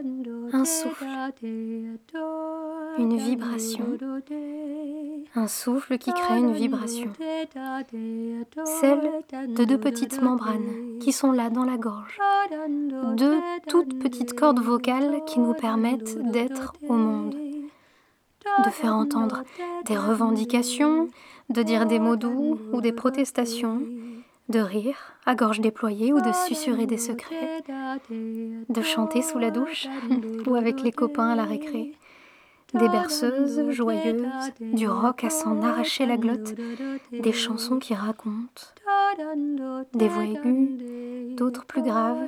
un souffle, une vibration, un souffle qui crée une vibration, celle de deux petites membranes qui sont là dans la gorge, deux toutes petites cordes vocales qui nous permettent d'être au monde, de faire entendre des revendications, de dire des mots doux ou des protestations, de rire à gorge déployée ou de susurrer des secrets, de chanter sous la douche ou avec les copains à la récré, des berceuses joyeuses, du rock à s'en arracher la glotte, des chansons qui racontent, des voix aiguës, d'autres plus graves,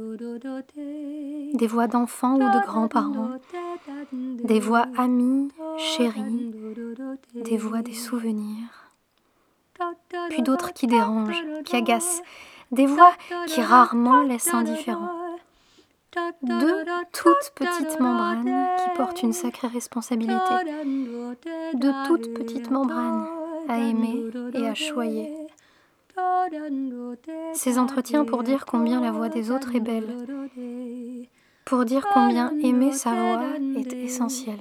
des voix d'enfants ou de grands-parents, des voix amies, chéries, des voix des souvenirs, puis d'autres qui dérangent, qui agacent, des voix qui rarement laissent indifférent. Deux toutes petites membranes qui portent une sacrée responsabilité. Deux toutes petites membranes à aimer et à choyer. Ces entretiens pour dire combien la voix des autres est belle. Pour dire combien aimer sa voix est essentiel.